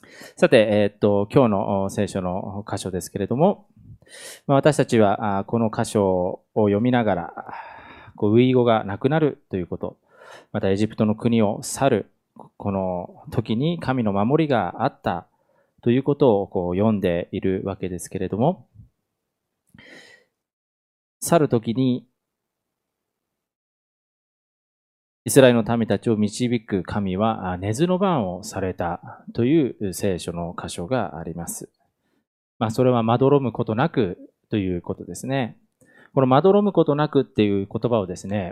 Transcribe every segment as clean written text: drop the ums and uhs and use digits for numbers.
さて、今日の聖書の箇所ですけれども、私たちはこの箇所を読みながら、遺語がなくなるということ、またエジプトの国を去る、この時に神の守りがあったということを読んでいるわけですけれども、去る時にイスラエルの民たちを導く神は寝ずの番をされたという聖書の箇所があります。それはまどろむことなくということですね。このまどろむことなくっていう言葉をですね、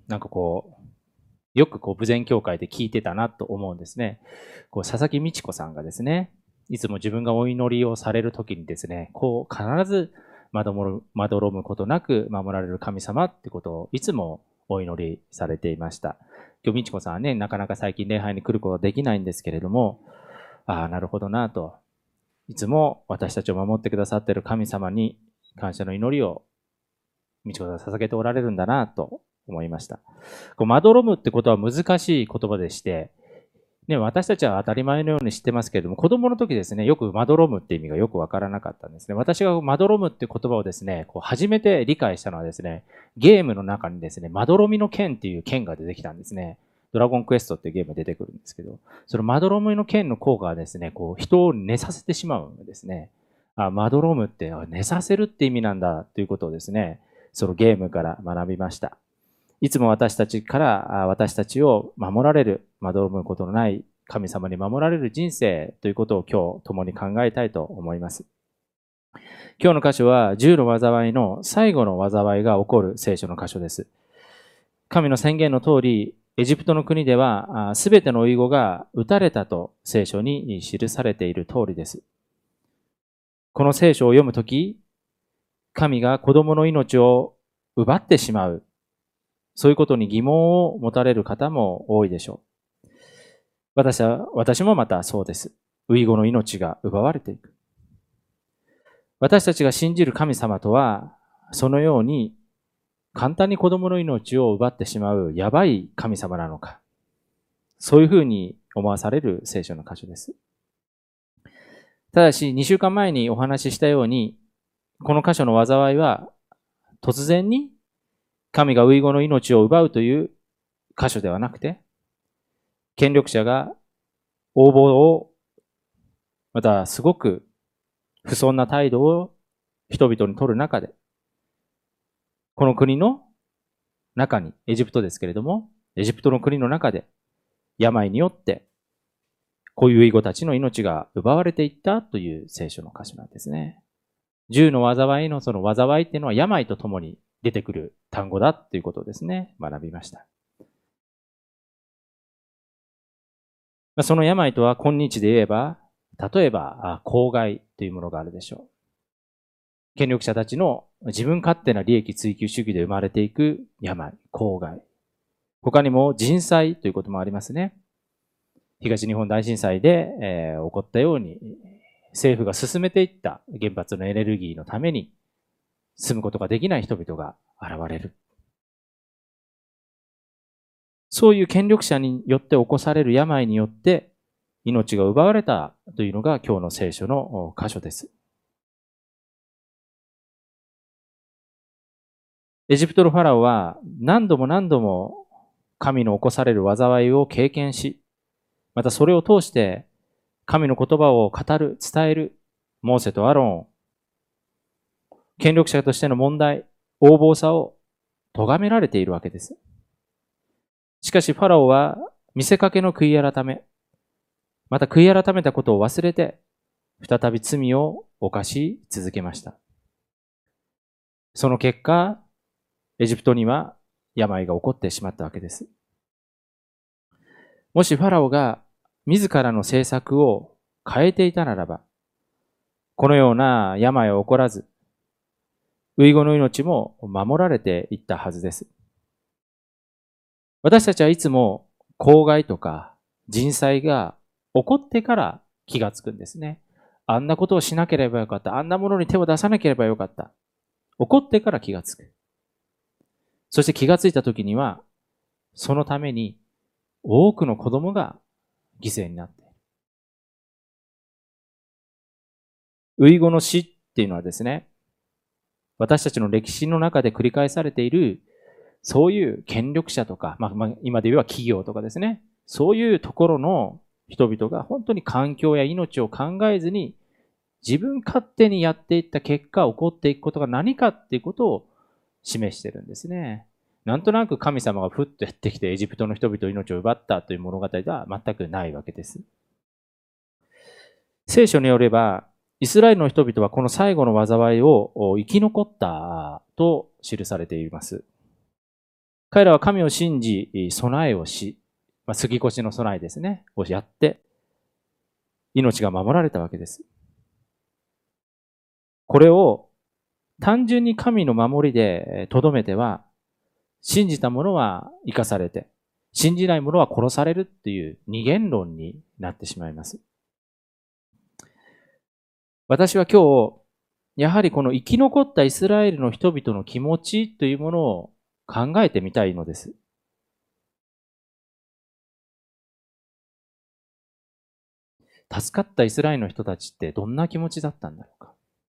よく無前教会で聞いてたなと思うんですね。佐々木美智子さんがですね、いつも自分がお祈りをされるときにですね、必ずまどろむことなく守られる神様ってことをいつもお祈りされていました。今日美智子さんはね、なかなか最近礼拝に来ることはできないんですけれども、なるほどなと。いつも私たちを守ってくださっている神様に感謝の祈りを美智子さん捧げておられるんだなと思いました。まどろむってことは難しい言葉でして、ね、私たちは当たり前のように知ってますけれども、子供の時ですね、よくまどろむって意味がよくわからなかったんですね。私がまどろむって言葉をですね、初めて理解したのはですね、ゲームの中にですね、まどろみの剣っていう剣が出てきたんですね。ドラゴンクエストっていうゲーム出てくるんですけど、そのまどろみの剣の効果はですね、人を寝させてしまうんですね。まどろむって寝させるって意味なんだということをですね、そのゲームから学びました。いつも私たちから私たちを守られる、まどろむことのない神様に守られる人生ということを今日共に考えたいと思います。今日の箇所は10の災いの最後の災いが起こる聖書の箇所です。神の宣言の通り、エジプトの国ではすべての遺語が撃たれたと聖書に記されている通りです。この聖書を読むとき、神が子供の命を奪ってしまう、そういうことに疑問を持たれる方も多いでしょう。私もまたそうです。遺語の命が奪われていく。私たちが信じる神様とは、そのように簡単に子供の命を奪ってしまうやばい神様なのか。そういうふうに思わされる聖書の箇所です。ただし、2週間前にお話ししたように、この箇所の災いは突然に神が遺語の命を奪うという箇所ではなくて、権力者が横暴を、またすごく不遜な態度を人々に取る中で、この国の中に、エジプトですけれども、エジプトの国の中で、病によって、こういう遺語たちの命が奪われていったという聖書の箇所なんですね。10の災いのその災いっていうのは病とともに出てくる単語だということをですね、学びました。その病とは今日で言えば、例えば、公害というものがあるでしょう。権力者たちの自分勝手な利益追求主義で生まれていく病、公害。他にも人災ということもありますね。東日本大震災で、起こったように、政府が進めていった原発のエネルギーのために住むことができない人々が現れる。そういう権力者によって起こされる病によって命が奪われたというのが今日の聖書の箇所です。エジプトのファラオは何度も何度も神の起こされる災いを経験し、またそれを通して神の言葉を語る、伝えるモーセとアロン、権力者としての問題、横暴さを咎められているわけです。しかしファラオは見せかけの悔い改め、また悔い改めたことを忘れて、再び罪を犯し続けました。その結果、エジプトには病が起こってしまったわけです。もしファラオが自らの政策を変えていたならば、このような病は起こらず、遺語の命も守られていったはずです。私たちはいつも公害とか人災が起こってから気がつくんですね。あんなことをしなければよかった。あんなものに手を出さなければよかった。起こってから気がつく。そして気がついた時には、そのために多くの子供が犠牲になっている。 遺語の死っていうのはですね、私たちの歴史の中で繰り返されている、そういう権力者とか、今で言えば企業とかですね、そういうところの人々が本当に環境や命を考えずに、自分勝手にやっていった結果、起こっていくことが何かっていうことを示してるんですね。なんとなく神様がふっとやってきてエジプトの人々の命を奪ったという物語では全くないわけです。聖書によれば、イスラエルの人々はこの最後の災いを生き残ったと記されています。彼らは神を信じ、備えをし、杉越の備えですね、をやって、命が守られたわけです。これを単純に神の守りで留めては、信じた者は生かされて、信じない者は殺されるっていう二元論になってしまいます。私は今日、やはりこの生き残ったイスラエルの人々の気持ちというものを考えてみたいのです。助かったイスラエルの人たちってどんな気持ちだったんだろうか。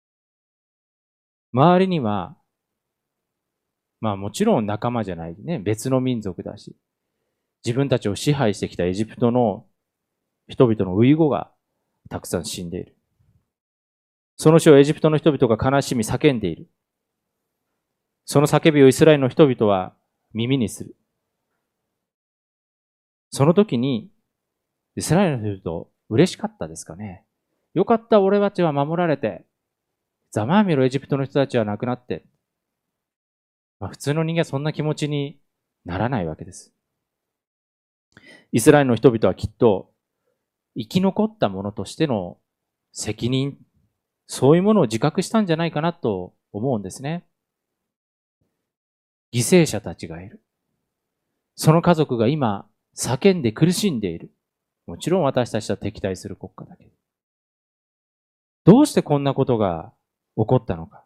周りには、もちろん仲間じゃないね、別の民族だし、自分たちを支配してきたエジプトの人々の遺語がたくさん死んでいる。その死をエジプトの人々が悲しみ叫んでいる。その叫びをイスラエルの人々は耳にする。その時に、イスラエルの人々嬉しかったですかね。よかった、俺たちは守られて、ざまあみろエジプトの人たちは亡くなって。普通の人間はそんな気持ちにならないわけです。イスラエルの人々はきっと生き残った者としての責任、そういうものを自覚したんじゃないかなと思うんですね。犠牲者たちがいる。その家族が今叫んで苦しんでいる。もちろん私たちと敵対する国家だけど。どうしてこんなことが起こったのか。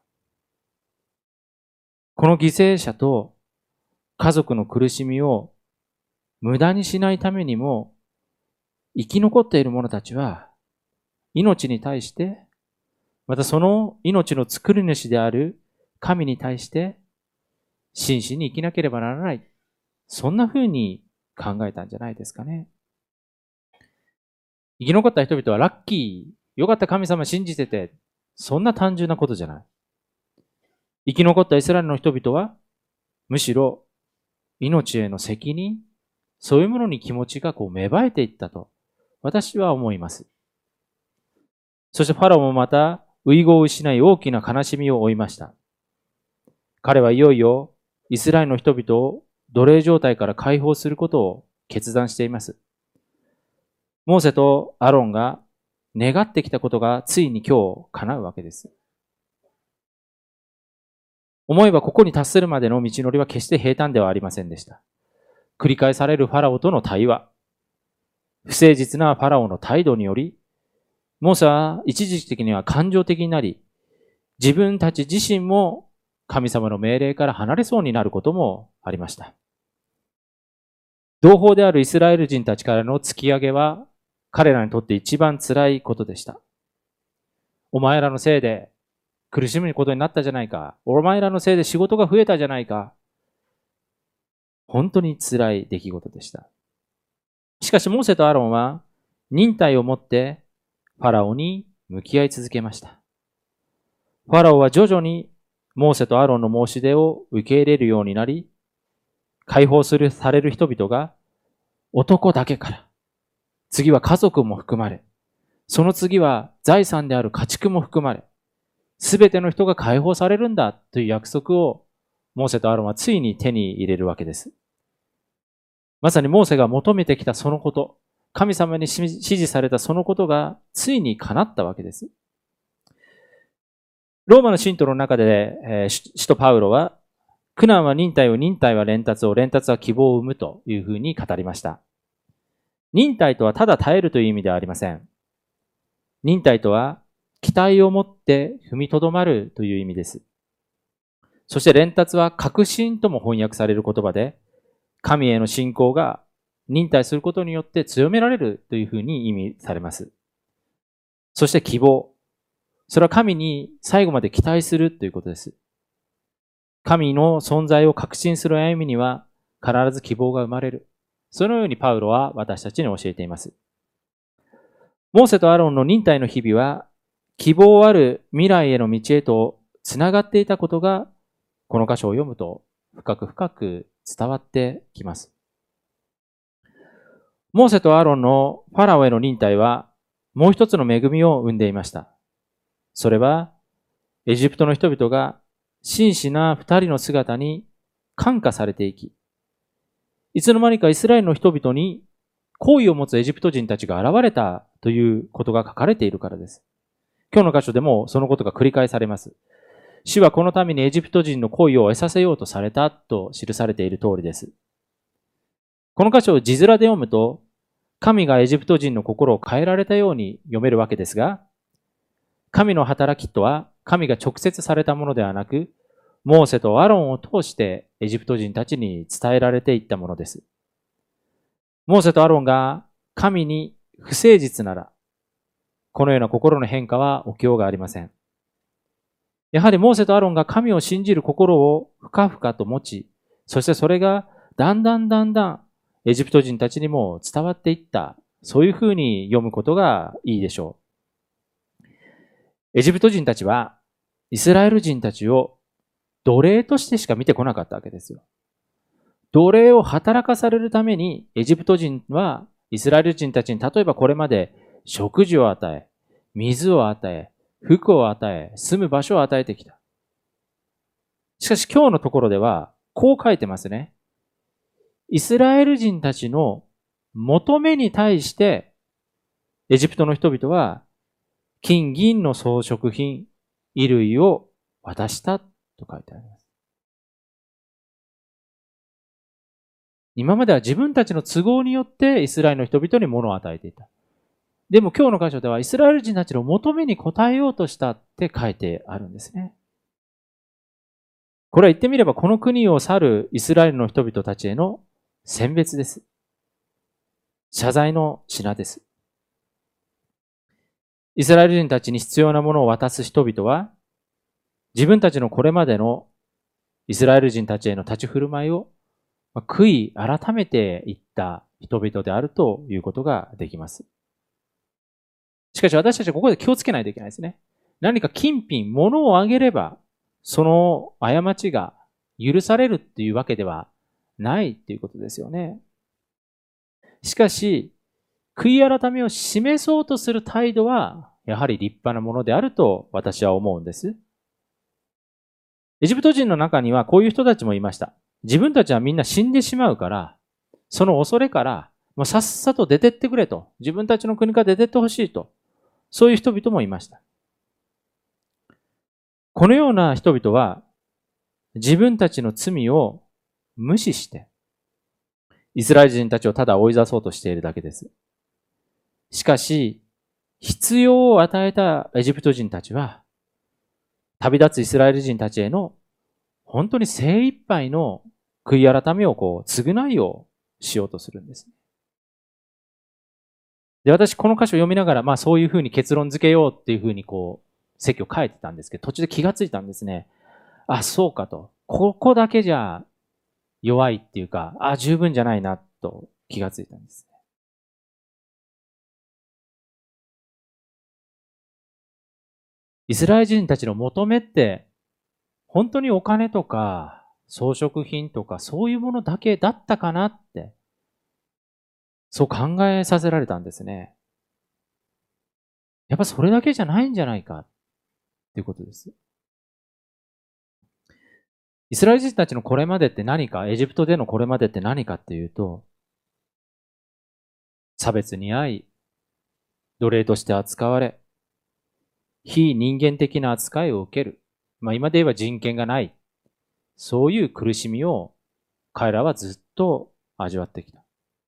この犠牲者と家族の苦しみを無駄にしないためにも、生き残っている者たちは、命に対して、またその命の作り主である神に対して、真摯に生きなければならない。そんな風に考えたんじゃないですかね。生き残った人々はラッキー、よかった神様信じてて、そんな単純なことじゃない。生き残ったイスラエルの人々は、むしろ命への責任、そういうものに気持ちが芽生えていったと、私は思います。そしてファラオもまた、遺語を失い大きな悲しみを負いました。彼はいよいよイスラエルの人々を奴隷状態から解放することを決断しています。モーセとアロンが願ってきたことがついに今日叶うわけです。思えばここに達するまでの道のりは決して平坦ではありませんでした。繰り返されるファラオとの対話、不誠実なファラオの態度により、モーセは一時的には感情的になり、自分たち自身も神様の命令から離れそうになることもありました。同胞であるイスラエル人たちからの突き上げは、彼らにとって一番辛いことでした。お前らのせいで苦しむことになったじゃないか。お前らのせいで仕事が増えたじゃないか。本当に辛い出来事でした。しかし、モーセとアロンは忍耐を持ってファラオに向き合い続けました。ファラオは徐々にモーセとアロンの申し出を受け入れるようになり、解放される人々が男だけから、次は家族も含まれ、その次は財産である家畜も含まれ、すべての人が解放されるんだという約束をモーセとアロンはついに手に入れるわけです。まさにモーセが求めてきたそのこと、神様に指示されたそのことがついに叶ったわけです。ローマの信徒の中で、使徒パウロは、苦難は忍耐を、忍耐は連達を、連達は希望を生むというふうに語りました。忍耐とはただ耐えるという意味ではありません。忍耐とは期待を持って踏みとどまるという意味です。そして連達は確信とも翻訳される言葉で、神への信仰が忍耐することによって強められるというふうに意味されます。そして希望。 それは神に最後まで期待するということです。神の存在を確信する歩みには必ず希望が生まれる。そのようにパウロは私たちに教えています。モーセとアロンの忍耐の日々は希望ある未来への道へとつながっていたことがこの箇所を読むと深く深く伝わってきます。モーセとアロンのファラオへの忍耐はもう一つの恵みを生んでいました。それはエジプトの人々が真摯な二人の姿に感化されていき、いつの間にかイスラエルの人々に好意を持つエジプト人たちが現れたということが書かれているからです。今日の箇所でもそのことが繰り返されます。主はこのためにエジプト人の好意を得させようとされたと記されている通りです。この箇所を字面で読むと、神がエジプト人の心を変えられたように読めるわけですが、神の働きとは神が直接されたものではなく、モーセとアロンを通してエジプト人たちに伝えられていったものです。モーセとアロンが神に不誠実なら、このような心の変化は起きようがありません。やはりモーセとアロンが神を信じる心を深々と持ち、そしてそれがだんだんエジプト人たちにも伝わっていった。そういうふうに読むことがいいでしょう。エジプト人たちはイスラエル人たちを奴隷としてしか見てこなかったわけですよ。奴隷を働かされるためにエジプト人はイスラエル人たちに例えばこれまで食事を与え、水を与え、服を与え、住む場所を与えてきた。しかし今日のところではこう書いてますね。イスラエル人たちの求めに対してエジプトの人々は金銀の装飾品、衣類を渡したと書いてあります。今までは自分たちの都合によってイスラエルの人々に物を与えていた。でも今日の箇所ではイスラエル人たちの求めに応えようとしたって書いてあるんですね。これは言ってみればこの国を去るイスラエルの人々たちへの選別です。謝罪の品です。イスラエル人たちに必要なものを渡す人々は自分たちのこれまでのイスラエル人たちへの立ち振る舞いを悔い改めていった人々であるということができます。しかし私たちはここで気をつけないといけないですね。何か金品、物をあげれば、その過ちが許されるっていうわけではないっていうことですよね。しかし、悔い改めを示そうとする態度は、やはり立派なものであると私は思うんです。エジプト人の中にはこういう人たちもいました。自分たちはみんな死んでしまうから、その恐れから、もうさっさと出てってくれと。自分たちの国から出てってほしいと。そういう人々もいました。このような人々は自分たちの罪を無視してイスラエル人たちをただ追い出そうとしているだけです。しかし、必要を与えたエジプト人たちは旅立つイスラエル人たちへの本当に精一杯の悔い改めを償いをしようとするんです。で、私この箇所を読みながら、そういうふうに結論付けようっていうふうに説教書いてたんですけど、途中で気がついたんですね。あ、そうかと。ここだけじゃ弱いっていうか、十分じゃないなと気がついたんです。イスラエル人たちの求めって、本当にお金とか装飾品とかそういうものだけだったかなって、そう考えさせられたんですね。やっぱそれだけじゃないんじゃないかっていうことです。イスラエル人たちのこれまでって何か、エジプトでのこれまでって何かっていうと、差別に遭い、奴隷として扱われ、非人間的な扱いを受ける。今で言えば人権がない。そういう苦しみを彼らはずっと味わってきた。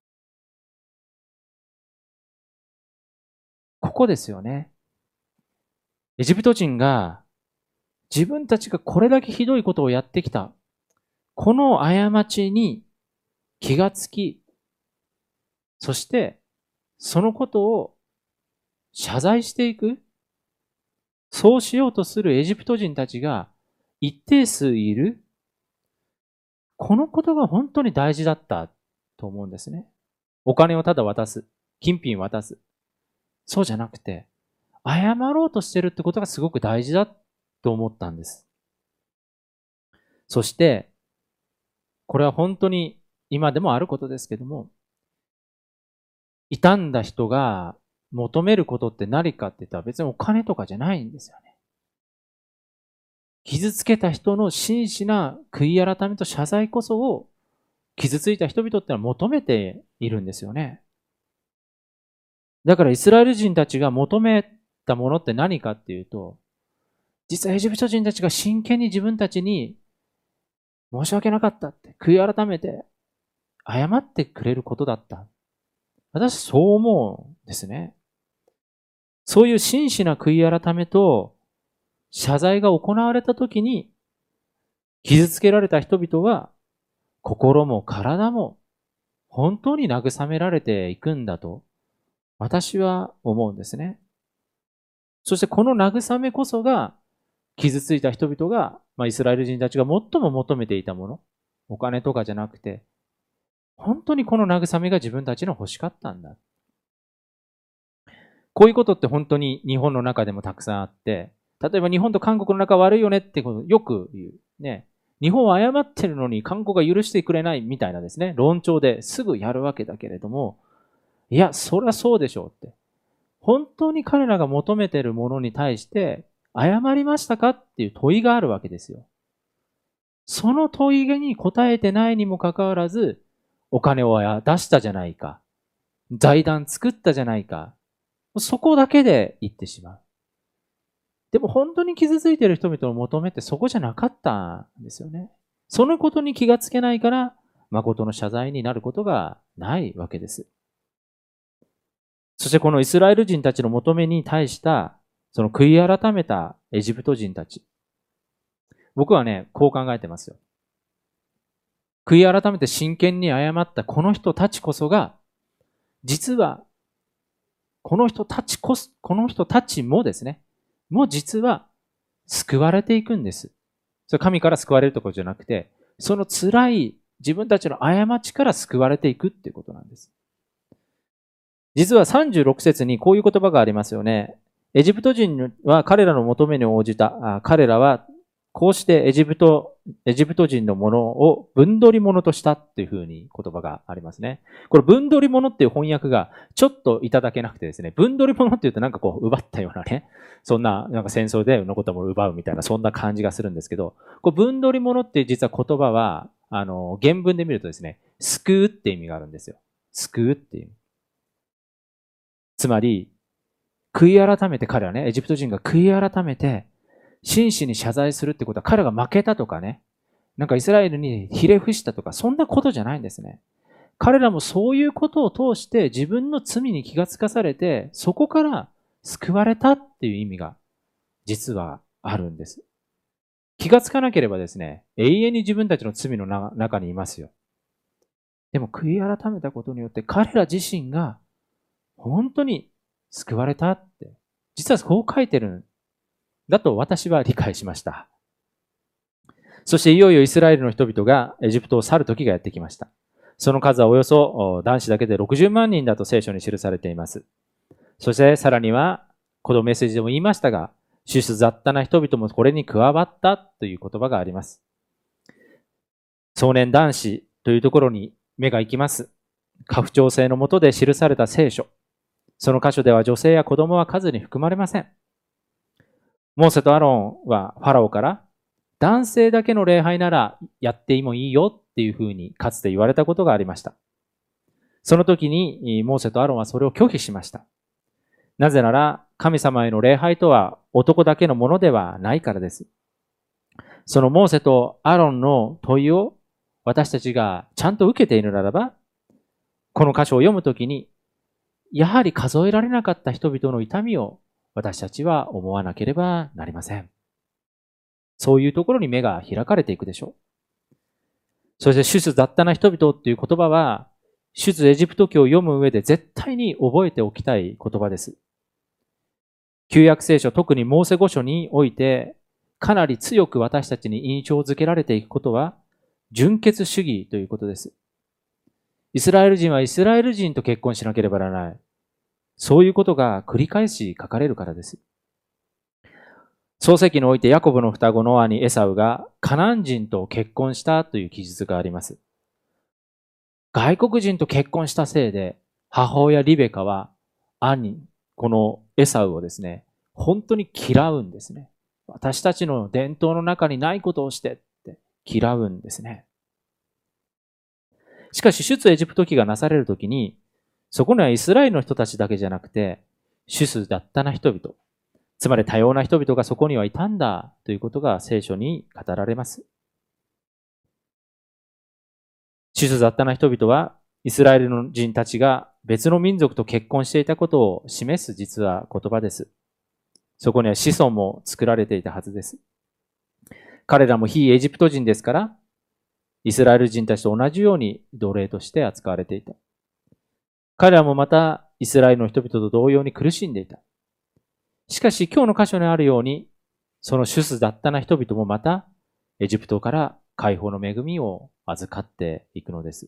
ここですよね。エジプト人が自分たちがこれだけひどいことをやってきた。この過ちに気がつき、そしてそのことを謝罪していく。 そうしようとするエジプト人たちが一定数いる。このことが本当に大事だったと思うんですね。お金をただ渡す。金品渡す。そうじゃなくて、謝ろうとしてるってことがすごく大事だと思ったんです。そして、これは本当に今でもあることですけども、傷んだ人が求めることって何かって言ったら別にお金とかじゃないんですよね。傷つけた人の真摯な悔い改めと謝罪こそを傷ついた人々ってのは求めているんですよね。だからイスラエル人たちが求めたものって何かっていうと、実はエジプト人たちが真剣に自分たちに申し訳なかったって悔い改めて謝ってくれることだった。私そう思うんですね。そういう真摯な悔い改めと謝罪が行われたときに、傷つけられた人々は心も体も本当に慰められていくんだと私は思うんですね。そしてこの慰めこそが傷ついた人々が、イスラエル人たちが最も求めていたもの、お金とかじゃなくて、本当にこの慰めが自分たちの欲しかったんだ。こういうことって本当に日本の中でもたくさんあって、例えば日本と韓国の仲悪いよねってことよく言う。ね。日本は謝ってるのに韓国が許してくれないみたいなですね、論調ですぐやるわけだけれども、いや、そりゃそうでしょうって。本当に彼らが求めているものに対して、謝りましたかっていう問いがあるわけですよ。その問いに答えてないにもかかわらず、お金を出したじゃないか。財団作ったじゃないか。そこだけで言ってしまう。でも本当に傷ついている人々の求めってそこじゃなかったんですよね。そのことに気がつけないから、誠の謝罪になることがないわけです。そしてこのイスラエル人たちの求めに対した、その悔い改めたエジプト人たち。僕はね、こう考えてますよ。悔い改めて真剣に謝ったこの人たちこそが、実は、この人たちもですね、もう実は救われていくんです。それ神から救われるところじゃなくて、その辛い自分たちの過ちから救われていくっていうことなんです。実は36節にこういう言葉がありますよね。エジプト人は彼らの求めに応じた。彼らはこうしてエジプト人のものを分取り物としたっていうふうに言葉がありますね。これ分取り物っていう翻訳がちょっといただけなくてですね、分取り物って言うとなんかこう奪ったようなね、そんななんか戦争で残ったものを奪うみたいなそんな感じがするんですけど、これ分取り物って実は言葉は原文で見るとですね、救うって意味があるんですよ。救うっていう。つまり、悔い改めて彼はね、エジプト人が悔い改めて、真摯に謝罪するってことは彼が負けたとかね、なんかイスラエルにひれ伏したとか、そんなことじゃないんですね。彼らもそういうことを通して自分の罪に気がつかされて、そこから救われたっていう意味が実はあるんです。気がつかなければですね、永遠に自分たちの罪の中にいますよ。でも悔い改めたことによって彼ら自身が本当に救われたって、実はこう書いてるんだと私は理解しました。そしていよいよイスラエルの人々がエジプトを去る時がやってきました。その数はおよそ男子だけで60万人だと聖書に記されています。そしてさらには、このメッセージでも言いましたが、出雑多な人々もこれに加わったという言葉があります。壮年男子というところに目が行きます。家父長制のもとで記された聖書。その箇所では女性や子供は数に含まれません。モーセとアロンはファラオから男性だけの礼拝ならやってもいいよっていうふうにかつて言われたことがありました。その時にモーセとアロンはそれを拒否しました。なぜなら神様への礼拝とは男だけのものではないからです。そのモーセとアロンの問いを私たちがちゃんと受けているならば、この箇所を読むときにやはり数えられなかった人々の痛みを私たちは思わなければなりません。そういうところに目が開かれていくでしょう。そして出雑多な人々っていう言葉は、出エジプト記を読む上で絶対に覚えておきたい言葉です。 旧約聖書、特にモーセ五書において、かなり強く私たちに印象づけられていくことは、純血主義ということです。イスラエル人はイスラエル人と結婚しなければならない。そういうことが繰り返し書かれるからです。創世記においてヤコブの双子の兄エサウがカナン人と結婚したという記述があります。外国人と結婚したせいで、母親リベカは兄、このエサウをですね、本当に嫌うんですね。私たちの伝統の中にないことをしてって嫌うんですね。しかし出エジプト記がなされるときに、そこにはイスラエルの人たちだけじゃなくて、出雑多な人々、つまり多様な人々がそこにはいたんだということが聖書に語られます。出雑多な人々はイスラエルの人たちが別の民族と結婚していたことを示す実は言葉です。そこには子孫も作られていたはずです。彼らも非エジプト人ですから、イスラエル人たちと同じように奴隷として扱われていた。彼らもまたイスラエルの人々と同様に苦しんでいた。しかし今日の箇所にあるように、その出雑多な人々もまたエジプトから解放の恵みを預かっていくのです。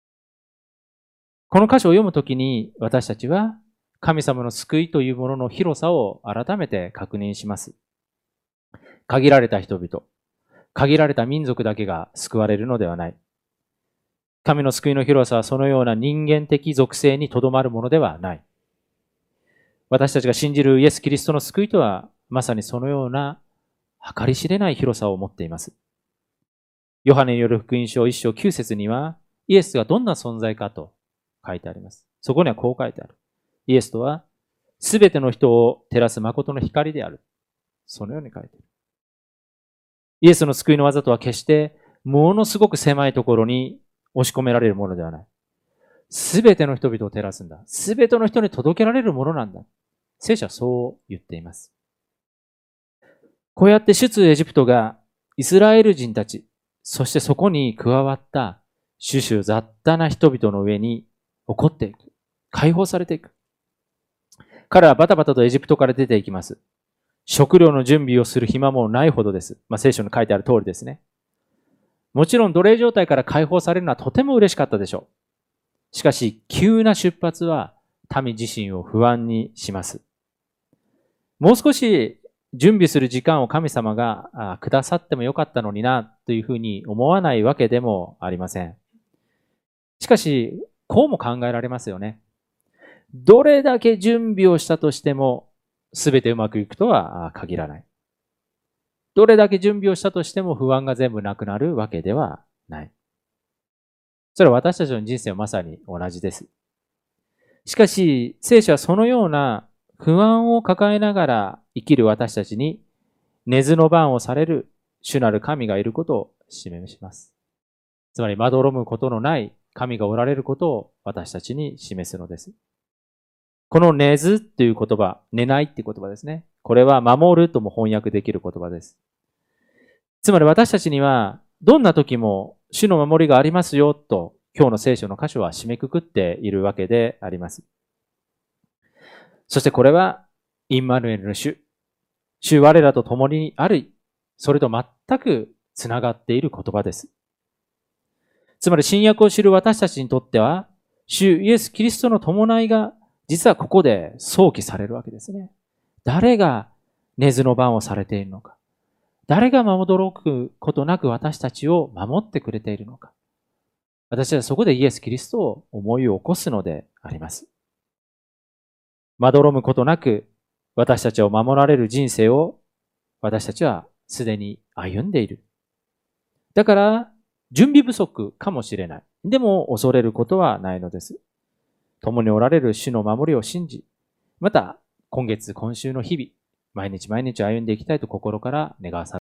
この箇所を読むときに私たちは神様の救いというものの広さを改めて確認します。限られた人々、限られた民族だけが救われるのではない。神の救いの広さはそのような人間的属性にとどまるものではない。私たちが信じるイエス・キリストの救いとはまさにそのような計り知れない広さを持っています。ヨハネによる福音書1章9節にはイエスがどんな存在かと書いてあります。そこにはこう書いてある。イエスとはすべての人を照らす誠の光である。そのように書いてある。イエスの救いの技とは決してものすごく狭いところに押し込められるものではない。すべての人々を照らすんだ。すべての人に届けられるものなんだ。聖書はそう言っています。こうやって出エジプトがイスラエル人たち、そしてそこに加わった種々雑多な人々の上に起こっていく。解放されていく。彼はバタバタとエジプトから出ていきます。食料の準備をする暇もないほどです。聖書に書いてある通りですね。もちろん奴隷状態から解放されるのはとても嬉しかったでしょう。しかし、急な出発は民自身を不安にします。もう少し準備する時間を神様がくださってもよかったのになというふうに思わないわけでもありません。しかし、こうも考えられますよね。どれだけ準備をしたとしても、すべてうまくいくとは限らない。どれだけ準備をしたとしても不安が全部なくなるわけではない。それは私たちの人生はまさに同じです。しかし、聖書はそのような不安を抱えながら生きる私たちに、根津の番をされる主なる神がいることを示します。つまり、まどろむことのない神がおられることを私たちに示すのです。この根津という言葉、寝ないっていう言葉ですね。これは守るとも翻訳できる言葉です。つまり私たちには、どんな時も主の守りがありますよと、今日の聖書の箇所は締めくくっているわけであります。そしてこれは、インマヌエルの主我らと共にある、それと全くつながっている言葉です。つまり新約を知る私たちにとっては、主イエス・キリストの伴いが実はここで想起されるわけですね。誰が根津の番をされているのか。誰が驚くことなく私たちを守ってくれているのか。私はそこでイエス・キリストを思い起こすのであります。まどろむことなく私たちを守られる人生を私たちはすでに歩んでいる。だから準備不足かもしれない。でも恐れることはないのです。共におられる主の守りを信じ、また今週の日々、毎日毎日歩んでいきたいと心から願わされます。